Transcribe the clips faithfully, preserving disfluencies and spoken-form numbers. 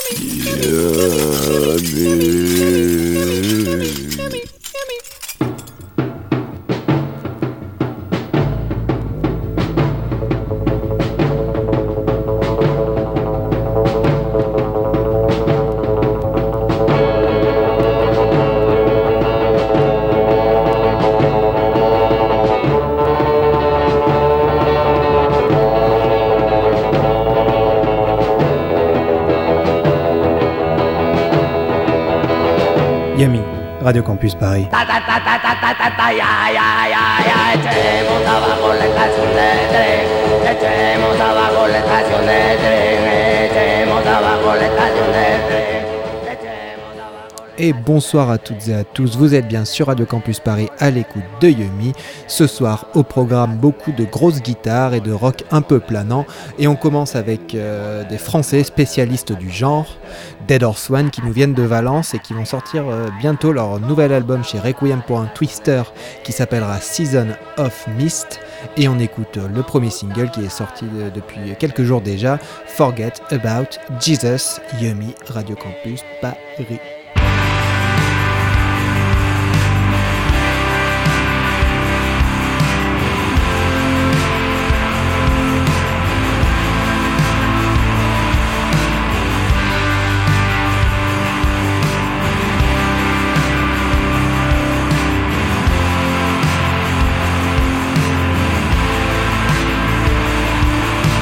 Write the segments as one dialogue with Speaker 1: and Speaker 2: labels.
Speaker 1: Yummy, Radio Campus Paris.
Speaker 2: Echemos abajo la estación de tren, echemos abajo la estación de tren, echemos abajo la estación de tren.
Speaker 1: Et bonsoir à toutes et à tous, vous êtes bien sur Radio Campus Paris à l'écoute de Yummy. Ce soir au programme beaucoup de grosses guitares et de rock un peu planant. Et on commence avec euh, des Français spécialistes du genre, Dead Horse One, qui nous viennent de Valence et qui vont sortir euh, bientôt leur nouvel album chez Requiem pour un Twister qui s'appellera Season of Mist. Et on écoute euh, le premier single qui est sorti de, depuis quelques jours déjà, Forget About Jesus. Yummy, Radio Campus Paris.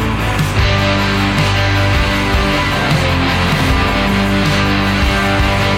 Speaker 2: Thank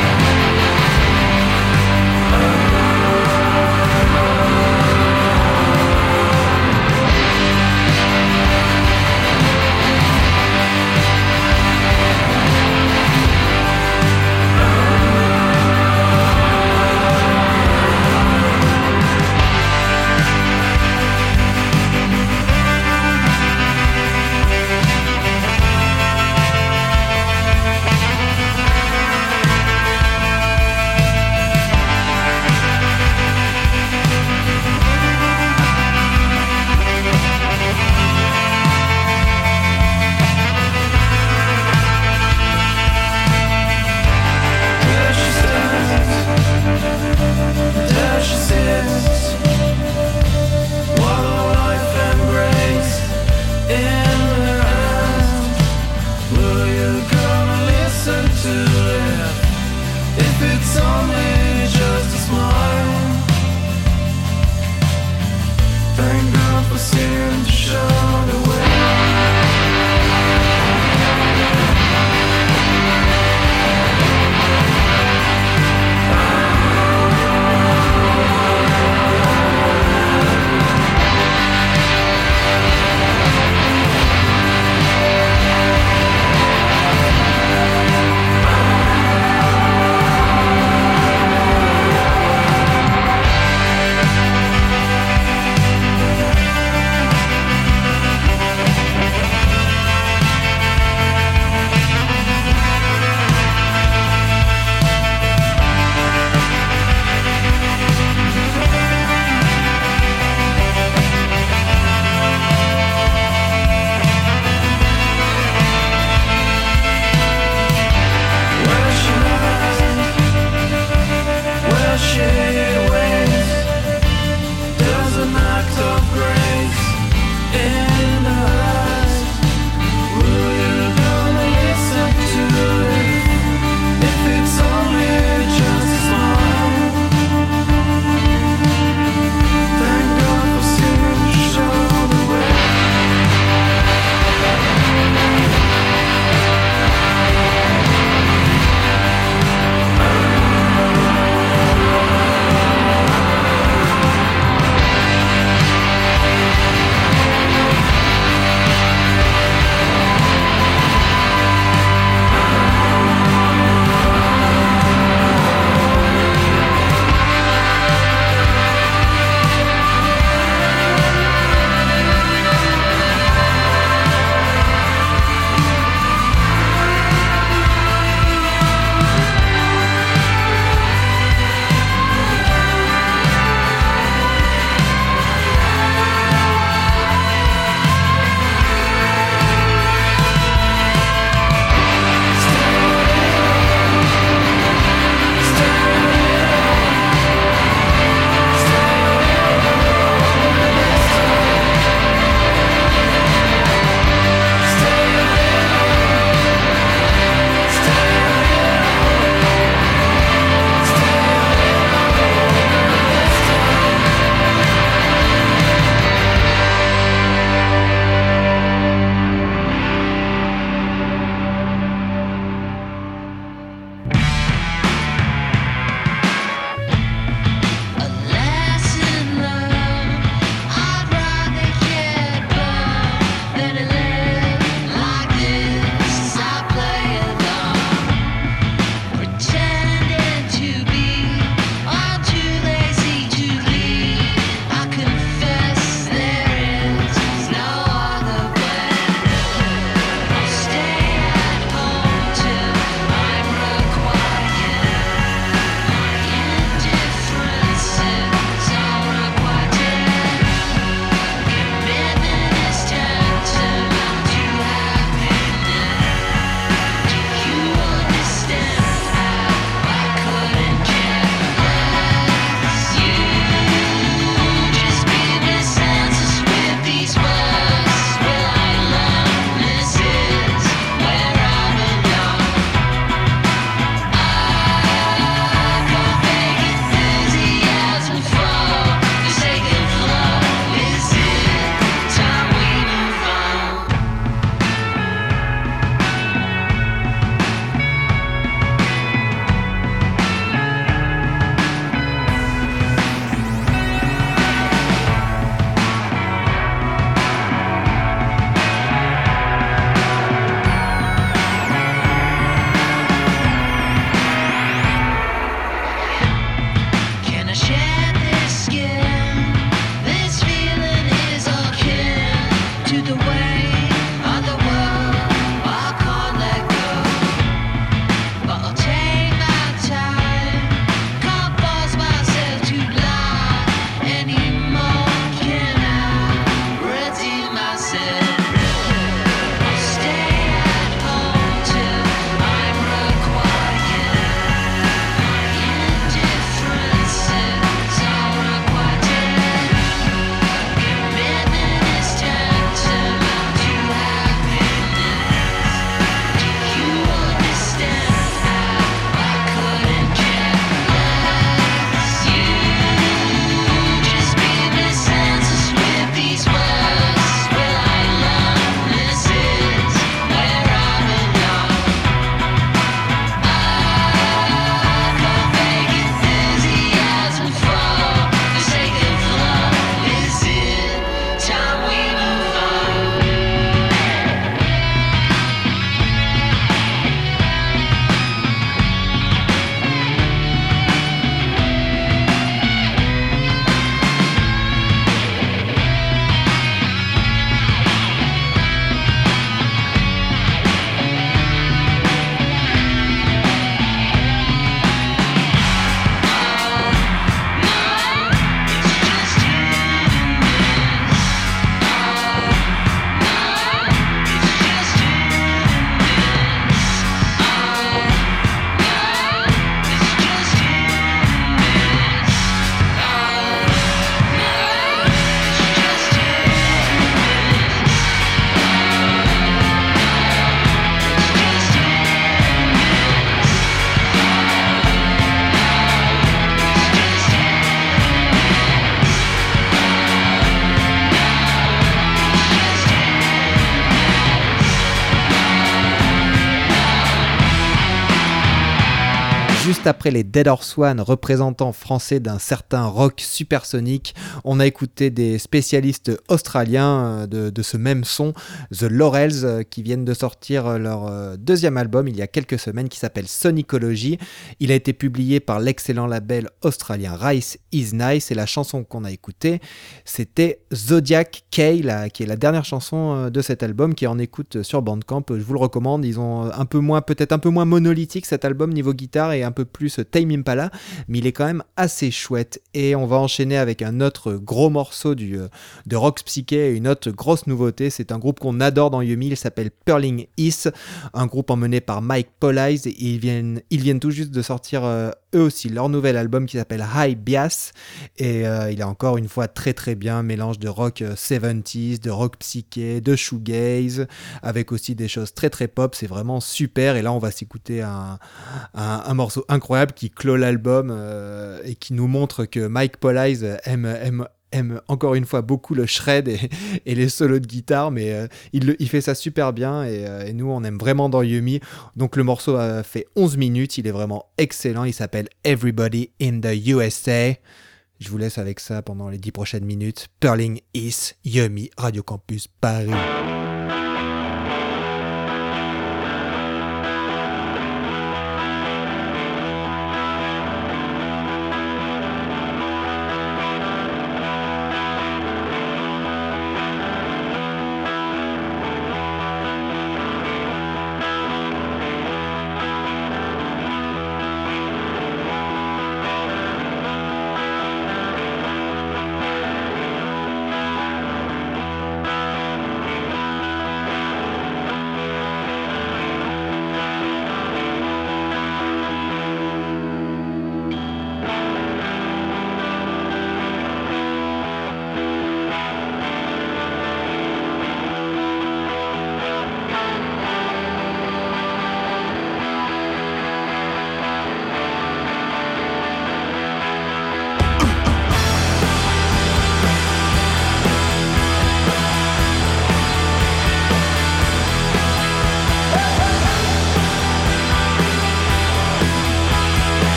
Speaker 1: Juste après les Dead Horse One, représentants français d'un certain rock supersonique, on a écouté des spécialistes australiens de, de ce même son, The Laurels, qui viennent de sortir leur deuxième album il y a quelques semaines qui s'appelle Sonicology. Il a été publié par l'excellent label australien Rice Is Nice et la chanson qu'on a écoutée, c'était Zodiac K, la, qui est la dernière chanson de cet album qui est en écoute sur Bandcamp. Je vous le recommande, ils ont un peu moins, peut-être un peu moins monolithique cet album niveau guitare et un peu plus Tame Impala, mais il est quand même assez chouette. Et on va enchaîner avec un autre gros morceau du, de rock psyché, une autre grosse nouveauté. C'est un groupe qu'on adore dans Yumi, il s'appelle Purling East, un groupe emmené par Mike Polize. Ils viennent, ils viennent tout juste de sortir euh, eux aussi leur nouvel album qui s'appelle High Bias, et euh, il est encore une fois très très bien, mélange de rock soixante-dix, de rock psyché, de shoegaze, avec aussi des choses très très pop, c'est vraiment super. Et là on va s'écouter un, un, un morceau incroyable qui clôt l'album euh, et qui nous montre que Mike Polize aime, aime aime encore une fois beaucoup le shred et, et les solos de guitare, mais euh, il, le, il fait ça super bien et, euh, et nous on aime vraiment dans Yumi. Donc le morceau a fait onze minutes, il est vraiment excellent, il s'appelle Everybody in the U S A. Je vous laisse avec ça pendant les dix prochaines minutes. Purling East, Yumi, Radio Campus Paris.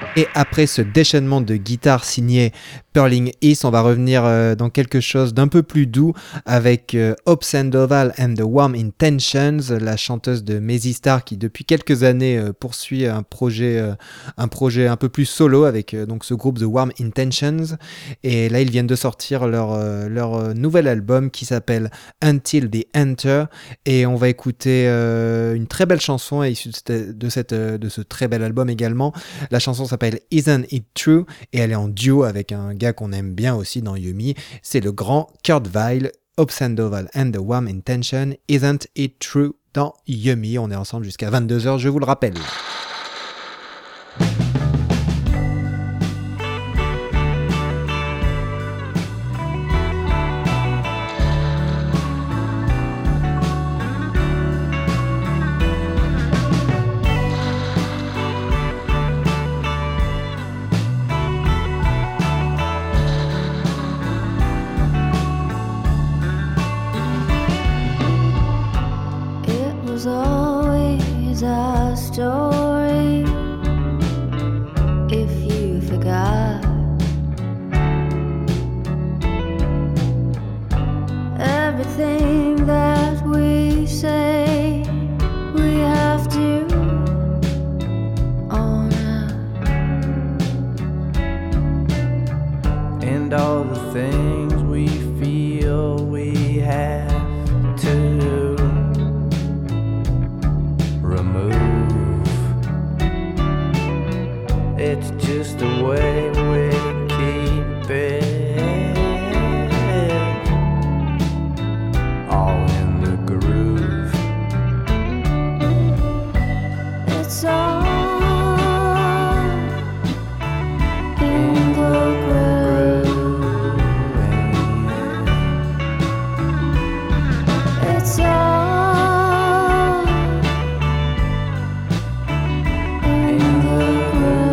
Speaker 1: Et après ce déchaînement de guitare signé Pearling East, on va revenir euh, dans quelque chose d'un peu plus doux avec euh, Hope Sandoval and the Warm Intentions, la chanteuse de Mazzy Star qui depuis quelques années euh, poursuit un projet, euh, un projet un peu plus solo avec euh, donc ce groupe The Warm Intentions. Et là, ils viennent de sortir leur, euh, leur euh, nouvel album qui s'appelle Until the Enter. Et on va écouter euh, une très belle chanson issue de, cette, de, cette, de ce très bel album également. La chanson s'appelle Isn't It True et elle est en duo avec un gars qu'on aime bien aussi dans Yumi, c'est le grand Kurt Weill. Hope Sandoval and the Warm Intention, Isn't It True dans Yumi. On est ensemble jusqu'à vingt-deux heures, je vous le rappelle.
Speaker 3: Story, if you forgot everything that we say, we have to own up,
Speaker 4: and all the things we feel we have to remove. It's just the way we keep it all in the groove.
Speaker 3: It's all in the groove. It's all in the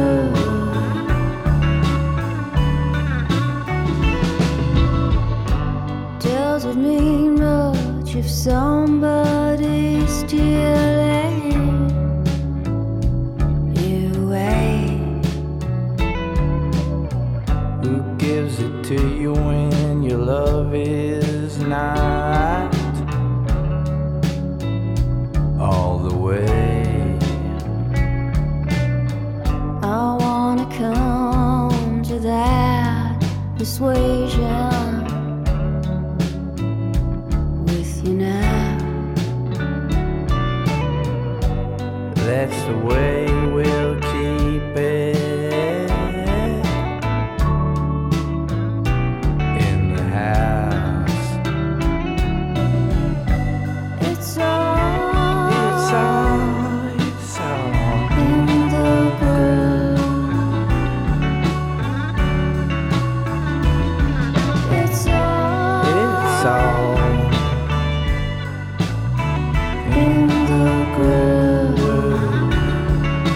Speaker 3: doesn't mean much if somebody's stealing you away.
Speaker 4: Who gives it to you when your love is not all the way?
Speaker 3: I wanna come to that persuasion now.
Speaker 4: That's the way we'll keep it in the house.
Speaker 3: It's all,
Speaker 4: it's all, it's all
Speaker 3: in the groove. It's all,
Speaker 4: it's all
Speaker 3: in the groove.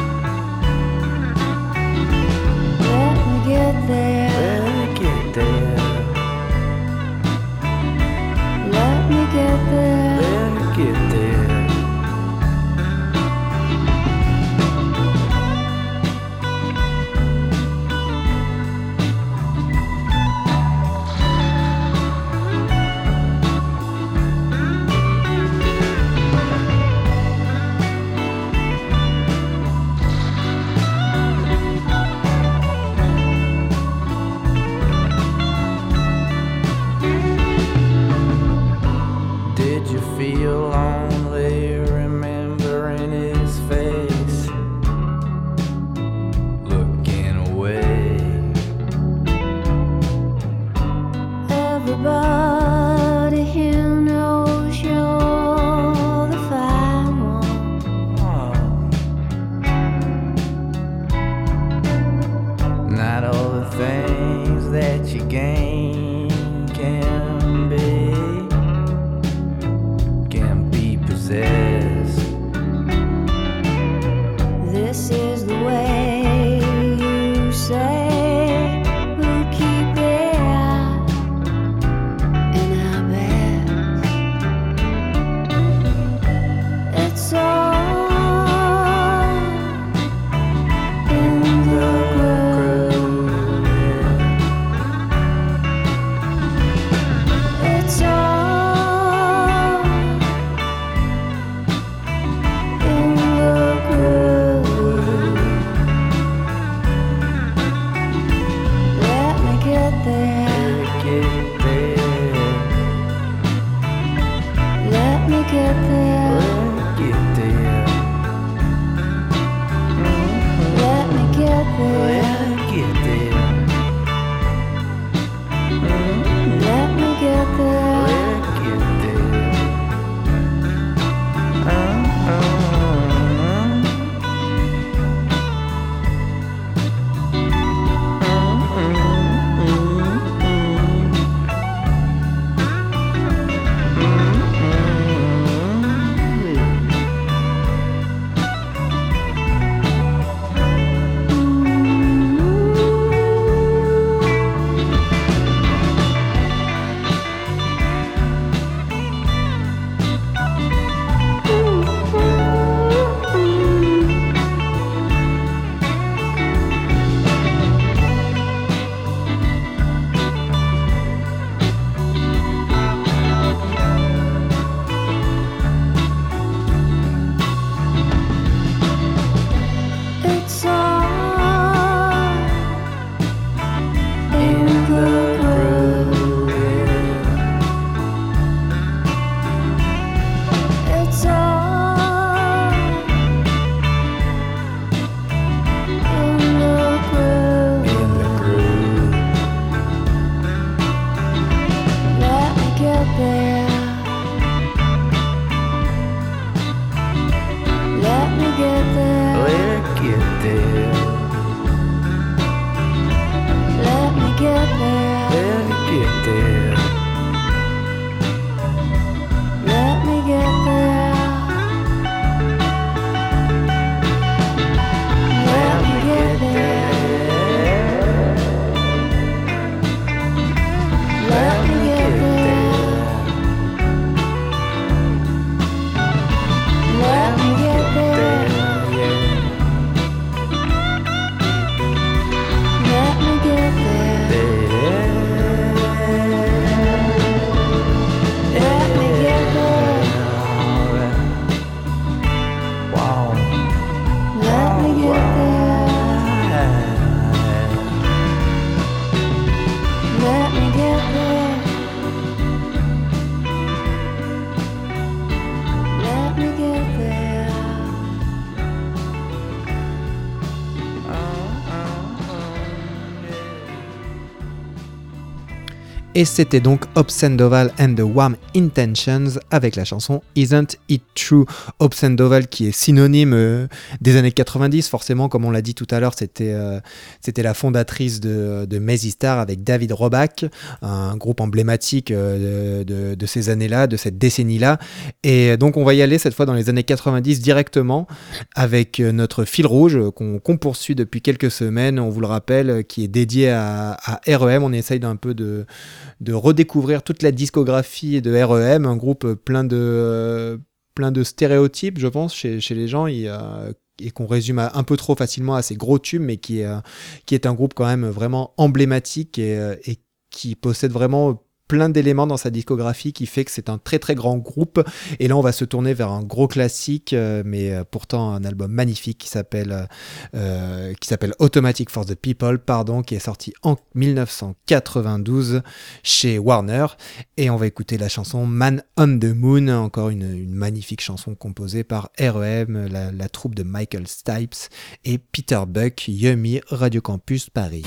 Speaker 1: Et c'était donc Hope Sandoval and the Warm Intentions avec la chanson Isn't It True. Hope Sandoval qui est synonyme euh, des années quatre-vingt-dix, forcément, comme on l'a dit tout à l'heure, c'était, euh, c'était la fondatrice de, de Mazzy Star avec David Roback, un groupe emblématique euh, de, de, de ces années-là, de cette décennie-là. Et donc on va y aller cette fois dans les années quatre-vingt-dix directement avec notre fil rouge qu'on, qu'on poursuit depuis quelques semaines, on vous le rappelle, qui est dédié à, à R E M. On essaye d'un peu de de redécouvrir toute la discographie de R E M, un groupe plein de, euh, plein de stéréotypes, je pense, chez, chez les gens, il, euh, et qu'on résume à, un peu trop facilement à ces gros tubes, mais qui est, euh, qui est un groupe quand même vraiment emblématique et, euh, et qui possède vraiment plein d'éléments dans sa discographie qui fait que c'est un très très grand groupe. Et là on va se tourner vers un gros classique, euh, mais euh, pourtant un album magnifique qui s'appelle euh, qui s'appelle Automatic for the People, pardon, qui est sorti en dix-neuf cent quatre-vingt-douze chez Warner. Et on va écouter la chanson Man on the Moon, encore une, une magnifique chanson composée par R E M, la, la troupe de Michael Stipes et Peter Buck. Yummy, Radio Campus Paris.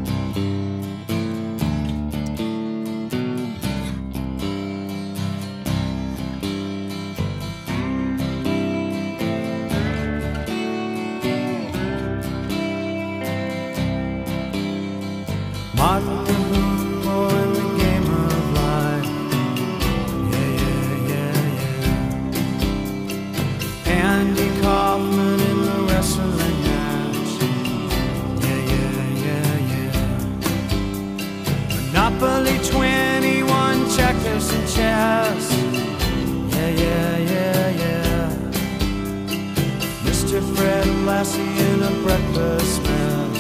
Speaker 4: Martin Luther in the game of life. Yeah, yeah, yeah, yeah. Andy Kaufman in the wrestling match. Yeah, yeah, yeah, yeah. Monopoly twenty-one, checkers and chess. Yeah, yeah, yeah, yeah. Mister Fred Lassie in a breakfast mess.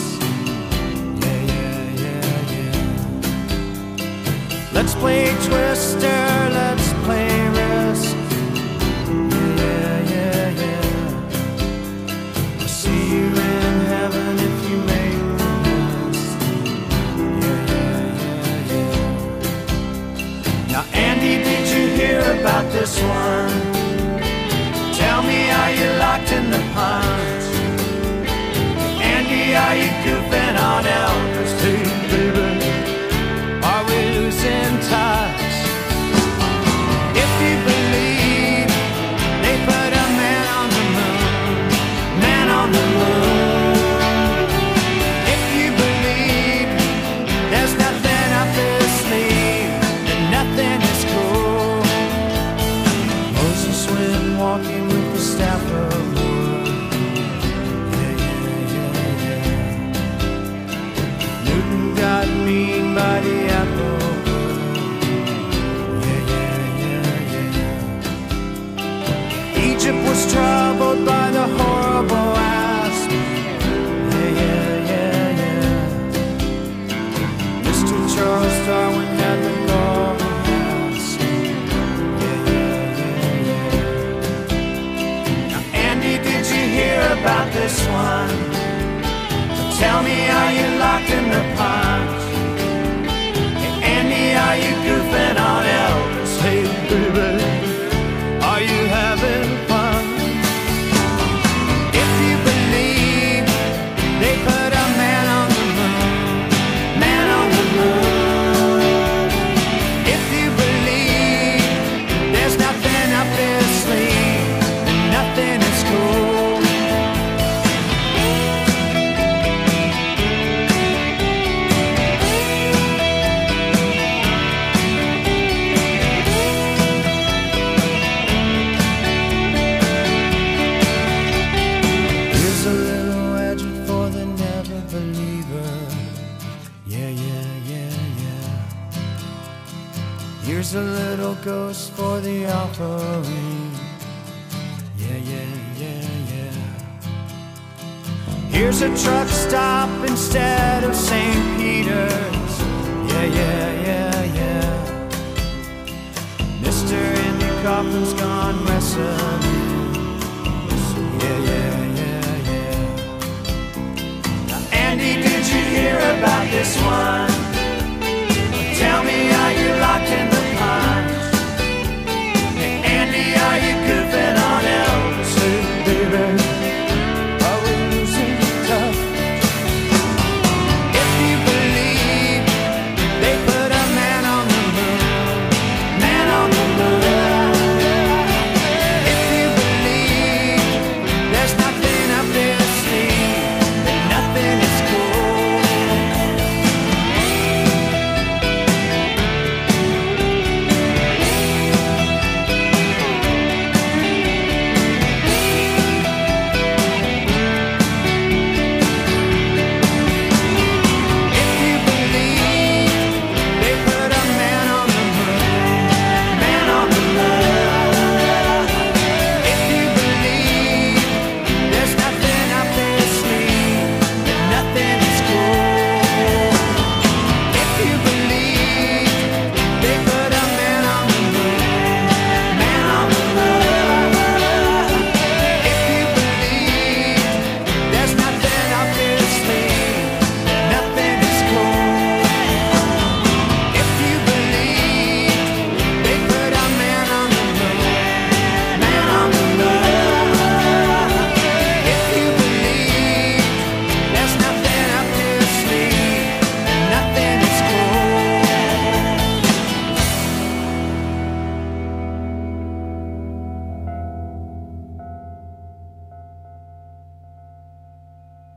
Speaker 4: Let's play Twister, let's play Risk. Yeah, yeah, yeah. I'll see you in heaven if you make the list. Yeah, yeah, yeah, yeah. Now, Andy, did you hear about this one? Tell me, are you locked in the punch? Andy, are you goofing on Elvis too, baby? Are we losing touch? If you believe they put a man on the moon, man on the moon. If you believe there's nothing up their sleeve, then nothing is cool. Moses went walking with the staff of wood. Yeah, yeah, yeah, yeah. Newton got mean by the apple. Yeah, yeah, yeah, yeah. Egypt was troubled by the horrible asp. Yeah, yeah, yeah, yeah. Mister Charles Darwin had the golden mask. Yeah, yeah, yeah, yeah. Now, Andy, did you hear about this one? Tell me, are you locked in the punch? Andy, are you goofing on Elvis? Hey, baby, are you having fun? If you believe they put a man on the moon, man on the moon. If you believe there's nothing up their sleeve, and nothing is cool. Here's a little ghost for the offering. Yeah, yeah, yeah, yeah. Here's a truck stop instead of Saint Peter's. Yeah, yeah, yeah, yeah. Mister Andy Kaufman's gone wrestling. Yeah, yeah, yeah, yeah. Now, Andy, did you hear about this one? Tell me, are you locked in the punch? Hey, Andy, are you goofing on Elvis? Hey, baby, are we losing touch? If you believe they put a man on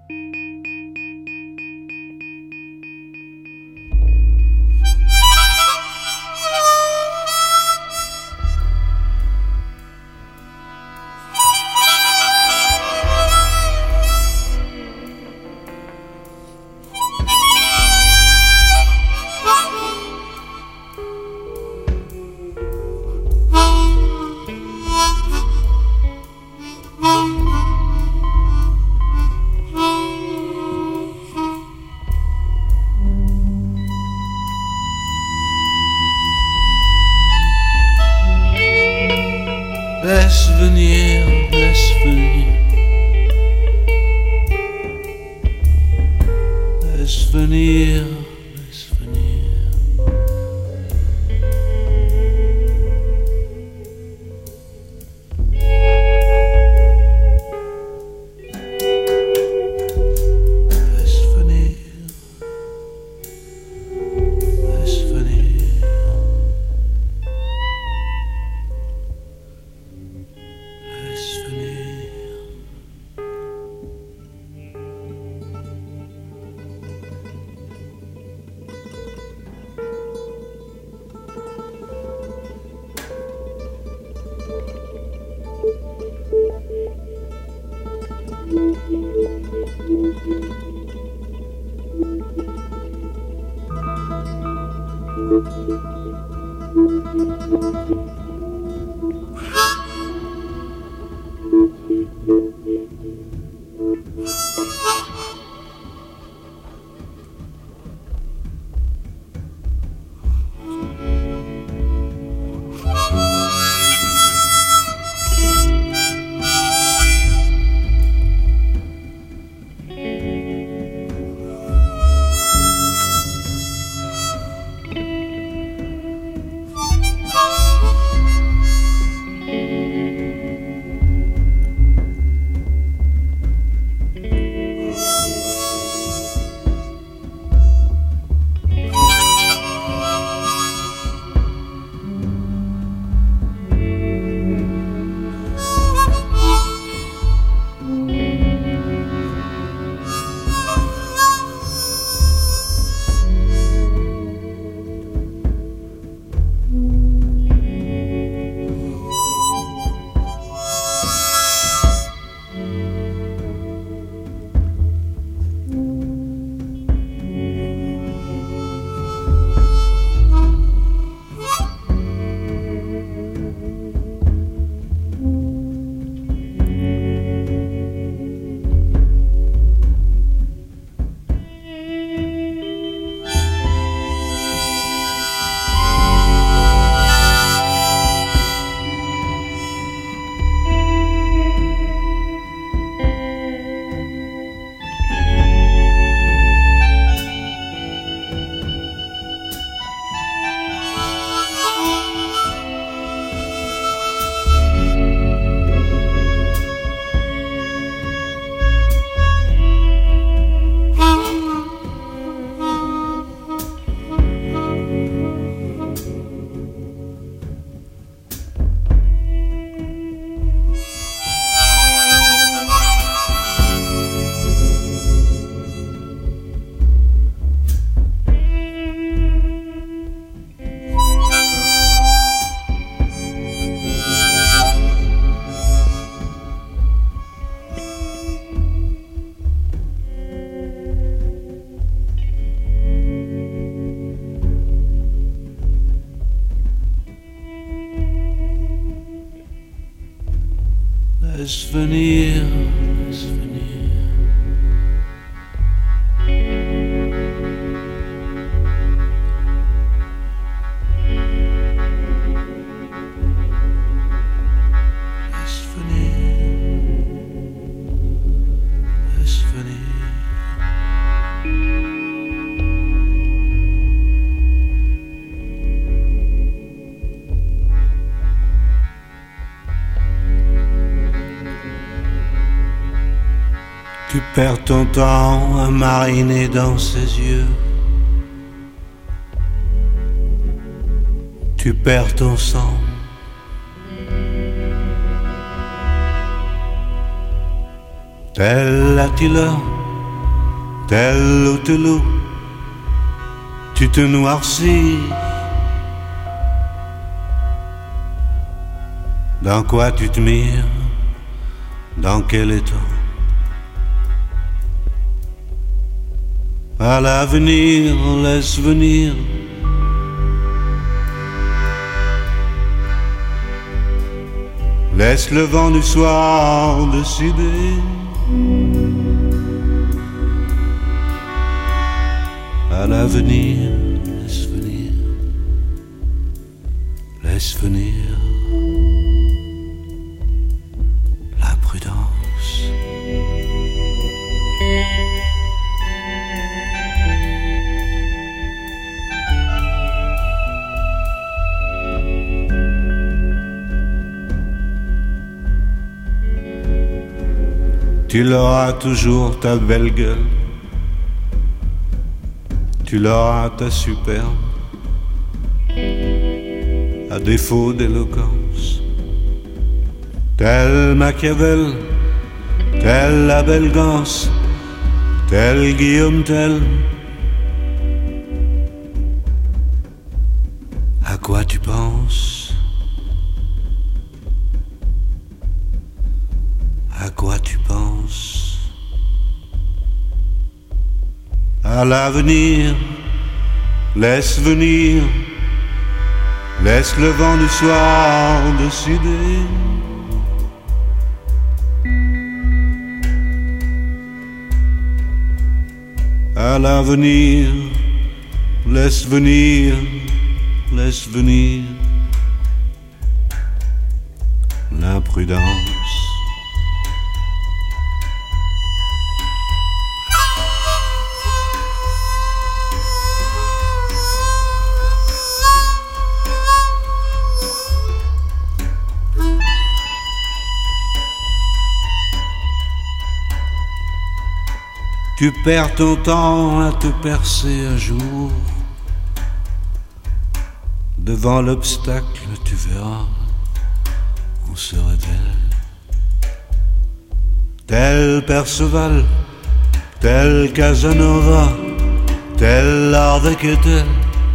Speaker 5: Laisse venir, laisse venir. Laisse venir, laisse venir. Laisse venir. Laisse venir. Laisse venir. Laisse venir, laisse venir. Laisse venir, laisse venir. Tu perds ton temps à mariner dans ses yeux. Tu perds ton sang. Tel Attila tel Othello, tu te noircis. Dans quoi tu te mires? Dans quel état? À l'avenir, laisse venir. Laisse le vent du soir décider. À l'avenir, laisse venir. Laisse venir. La prudence. Tu l'auras toujours ta belle gueule, tu l'auras ta superbe, à défaut d'éloquence. Tel Machiavel, tel la belle Gance, tel Guillaume Tell. À quoi tu penses? À quoi tu penses? À l'avenir, laisse venir, laisse le vent du soir décider. À l'avenir, laisse venir, laisse venir l'imprudence. Tu perds ton temps à te percer un jour. Devant l'obstacle, tu verras, on se révèle. Tel Perceval, tel Casanova, tel Ardec et tel.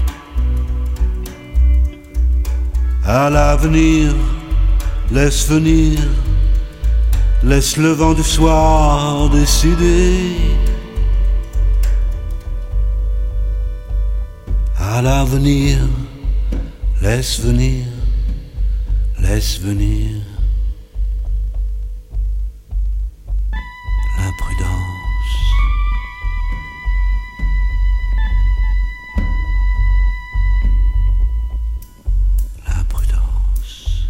Speaker 5: À l'avenir, laisse venir, laisse le vent du soir décider. À l'avenir, laisse venir, laisse venir l'imprudence. L'imprudence.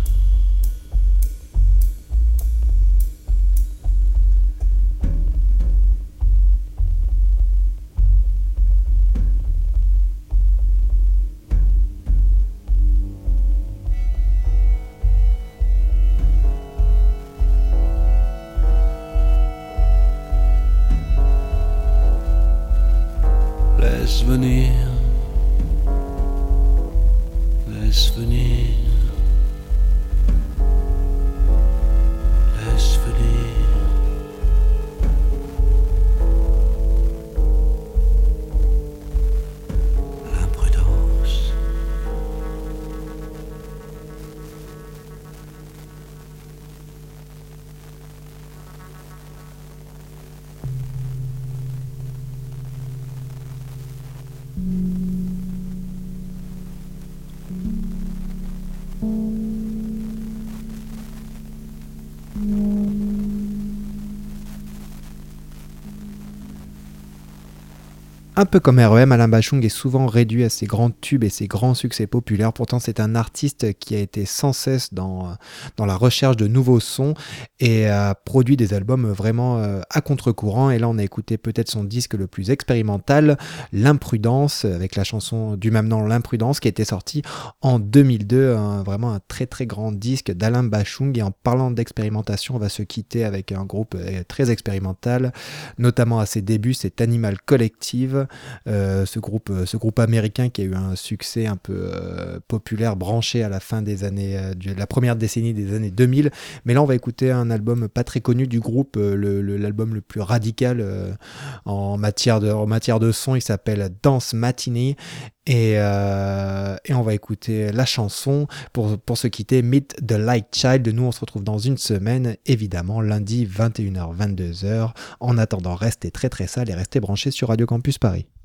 Speaker 5: Laisse venir, laisse venir, laisse venir l'imprudence.
Speaker 1: Un peu comme R E M, Alain Bachung est souvent réduit à ses grands tubes et ses grands succès populaires. Pourtant, c'est un artiste qui a été sans cesse dans, dans la recherche de nouveaux sons et a produit des albums vraiment à contre-courant. Et là, on a écouté peut-être son disque le plus expérimental, L'Imprudence, avec la chanson du même nom, L'Imprudence, qui a été sorti en deux mille deux. Un, vraiment un très très grand disque d'Alain Bachung. Et en parlant d'expérimentation, on va se quitter avec un groupe très expérimental, notamment à ses débuts, c'est Animal Collective. euh, ce groupe, ce groupe américain qui a eu un succès un peu euh, populaire, branché à la fin des années, euh, de la première décennie des années deux mille. Mais là, on va écouter un album pas très connu du groupe, euh, le, le, l'album le plus radical euh, en matière de, en matière de son. Il s'appelle Dance Matinee. Et, euh, et on va écouter la chanson pour, pour se quitter, Meet the Light Child. Nous, on se retrouve dans une semaine, évidemment, lundi vingt et une heures vingt-deux heures. En attendant, restez très très sales et restez branchés sur Radio Campus Paris.